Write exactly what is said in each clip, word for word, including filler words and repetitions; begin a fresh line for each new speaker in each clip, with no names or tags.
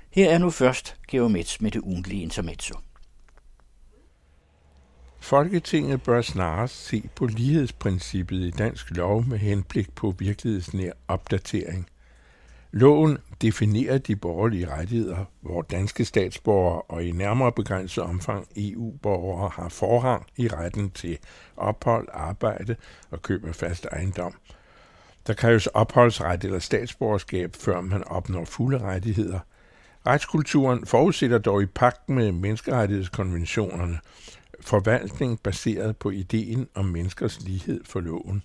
Her er nu først Georg Metz med det ugentlige intermezzo.
Folketinget bør snarest se på lighedsprincippet i dansk lov med henblik på virkelighedsnær opdatering. Loven definerer de borgerlige rettigheder, hvor danske statsborgere og i nærmere begrænset omfang E U-borgere har forrang i retten til ophold, arbejde og køb af fast ejendom. Der kræves opholdsret eller statsborgerskab, før man opnår fulde rettigheder. Retskulturen forudsætter dog i pagt med menneskerettighedskonventionerne forvaltning baseret på ideen om menneskers lighed for loven.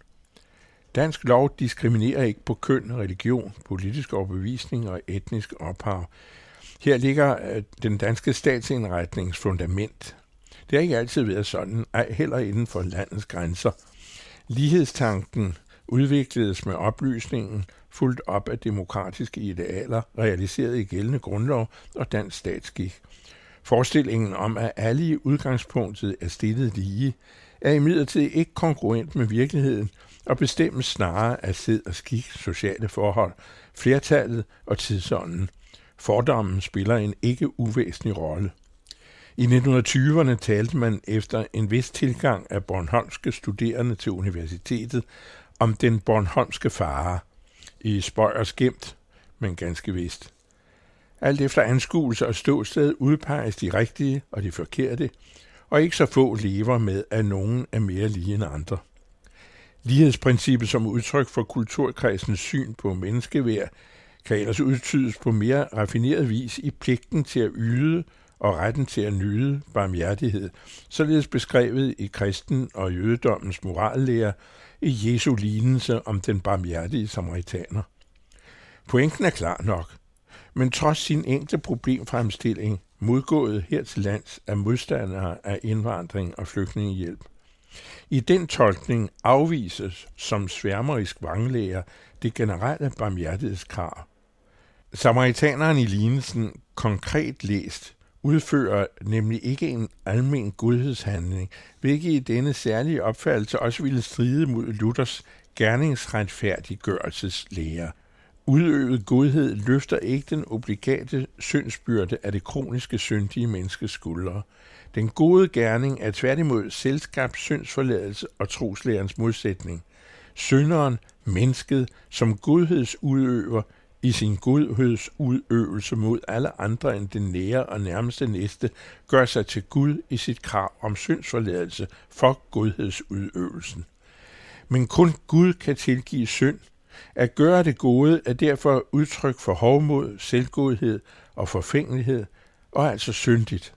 Dansk lov diskriminerer ikke på køn, religion, politisk overbevisning og etnisk ophav. Her ligger den danske statsindretnings fundament. Det har ikke altid været sådan, ej heller inden for landets grænser. Lighedstanken udvikledes med oplysningen, fulgt op af demokratiske idealer, realiseret i gældende grundlov og dansk statsskik. Forestillingen om, at alle i udgangspunktet er stillet lige, er imidlertid ikke kongruent med virkeligheden og bestemmes snarere af sid og skik, sociale forhold, flertallet og tidsånden. Fordommen spiller en ikke uvæsentlig rolle. I nitten tyverne talte man efter en vis tilgang af bornholmske studerende til universitetet om den bornholmske fare. I spøg og skæmt, men ganske vist. Alt efter anskuelse og ståsted udpeges de rigtige og de forkerte, og ikke så få lever med, at nogen er mere lige end andre. Lighedsprincippet som udtryk for kulturkredsens syn på menneskeværd kan ellers udtydes på mere raffineret vis i pligten til at yde og retten til at nyde barmhjertighed, således beskrevet i kristen og jødedommens morallære i Jesu lignelse om den barmhjertige samaritaner. Pointen er klar nok, men trods sin enkle problemfremstilling modgået her til lands af modstandere af indvandring og flygtningehjælp. I den tolkning afvises som sværmerisk vranglæger det generelle barmhjertighedskrav. Samaritaneren i lignelsen, konkret læst, udfører nemlig ikke en almen godhedshandling, hvilket i denne særlige opfattelse også ville stride mod Luthers gerningsretfærdiggørelseslære. Udøvet godhed løfter ikke den obligate syndsbyrde af det kroniske syndige menneskes skuldre. Den gode gerning er tværtimod selvskabt syndsforladelse og troslærens modsætning. Synderen, mennesket, som godhedsudøver i sin godhedsudøvelse mod alle andre end den nære og nærmeste næste, gør sig til Gud i sit krav om syndsforladelse for godhedsudøvelsen. Men kun Gud kan tilgive synd. At gøre det gode er derfor udtryk for hovmod, selvgodhed og forfængelighed, og altså syndigt.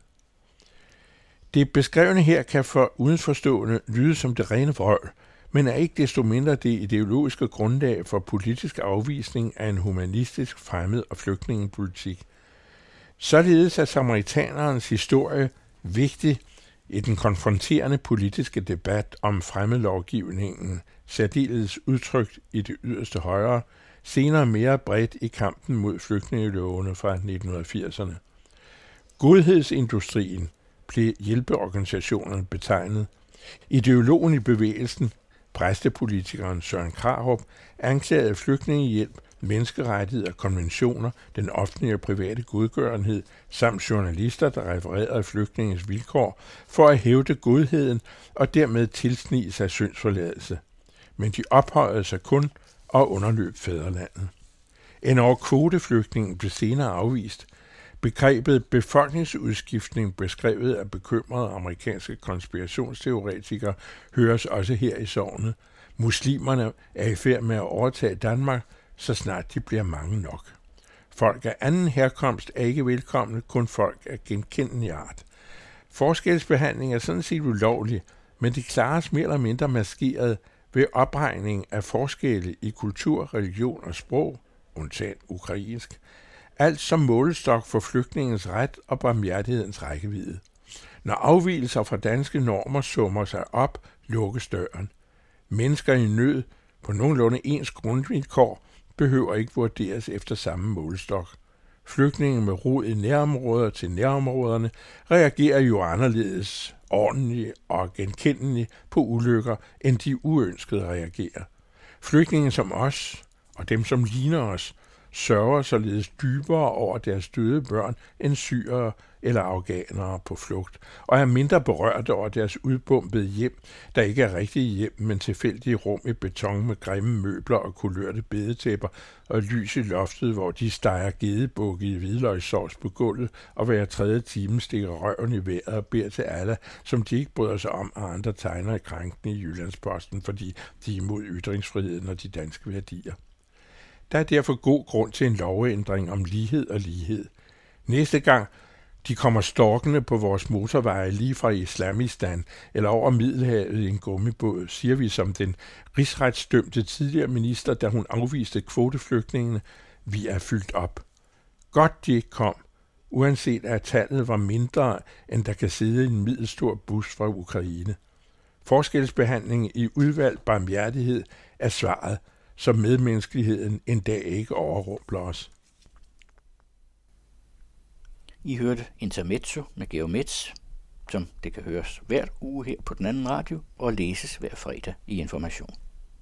Det beskrevne her kan for udenforstående lyde som det rene vrøvl, men er ikke desto mindre det ideologiske grundlag for politisk afvisning af en humanistisk fremmed- og flygtningepolitik. Således er samaritanerens historie vigtig i den konfronterende politiske debat om fremmedlovgivningen, særdeles udtrykt i det yderste højre, senere mere bredt i kampen mod flygtningelovene fra nitten firserne. Godhedsindustrien blev hjælpeorganisationerne betegnet. Ideologen i bevægelsen, præstepolitikeren Søren Krarup, anklagede flygtningehjælp, menneskerettigheder, konventioner, den offentlige og private godgørenhed, samt journalister, der refererede flygtninges vilkår, for at hævde godheden og dermed tilsnige sig syndsforladelse. Men de ophøjede sig kun og underløb fædrelandet. En over kvoteflygtningen blev senere afvist. Begrebet befolkningsudskiftning, beskrevet af bekymrede amerikanske konspirationsteoretikere, høres også her i sognet. Muslimerne er i færd med at overtage Danmark, så snart de bliver mange nok. Folk af anden herkomst er ikke velkomne, kun folk af genkendelig art. Forskelsbehandling er sådan set ulovlig, men det klares mere eller mindre maskeret ved opregning af forskelle i kultur, religion og sprog, undtagen ukrainsk, alt som målestok for flygtningens ret og barmhjertighedens rækkevidde. Når afvigelser fra danske normer summer sig op, lukkes døren. Mennesker i nød på nogenlunde ens grundvilkår behøver ikke vurderes efter samme målestok. Flygtninge med rod i nærområder til nærområderne reagerer jo anderledes, ordentligt og genkendeligt på ulykker, end de uønskede reagerer. Flygtninge som os, og dem som ligner os, sørger således dybere over deres døde børn end syrere eller afghanere på flugt, og er mindre berørte over deres udbombede hjem, der ikke er rigtige hjem, men tilfældige rum i beton med grimme møbler og kulørte bedetæpper og lys i loftet, hvor de steger gedebukke i hvidløgssovs på gulvet og hver tredje time stikker røven i vejret og beder til Allah, som de ikke bryder sig om, og andre tegner i krænkende i Jyllandsposten, fordi de er imod ytringsfriheden og de danske værdier. Der er derfor god grund til en lovændring om lighed og lighed. Næste gang de kommer storkende på vores motorveje lige fra Islamistan eller over Middelhavet i en gummibåd, siger vi som den rigsretsdømte tidligere minister, da hun afviste kvoteflygtningene: vi er fyldt op. Godt de ikke kom, uanset at tallet var mindre, end der kan sidde i en middelstor bus fra Ukraine. Forskelsbehandling i udvalgt barmhjertighed er svaret, så medmenneskeligheden en dag ikke overrumpler os.
I hørte Intermezzo med Georg Metz, som det kan høres hver uge her på den anden radio og læses hver fredag i Information.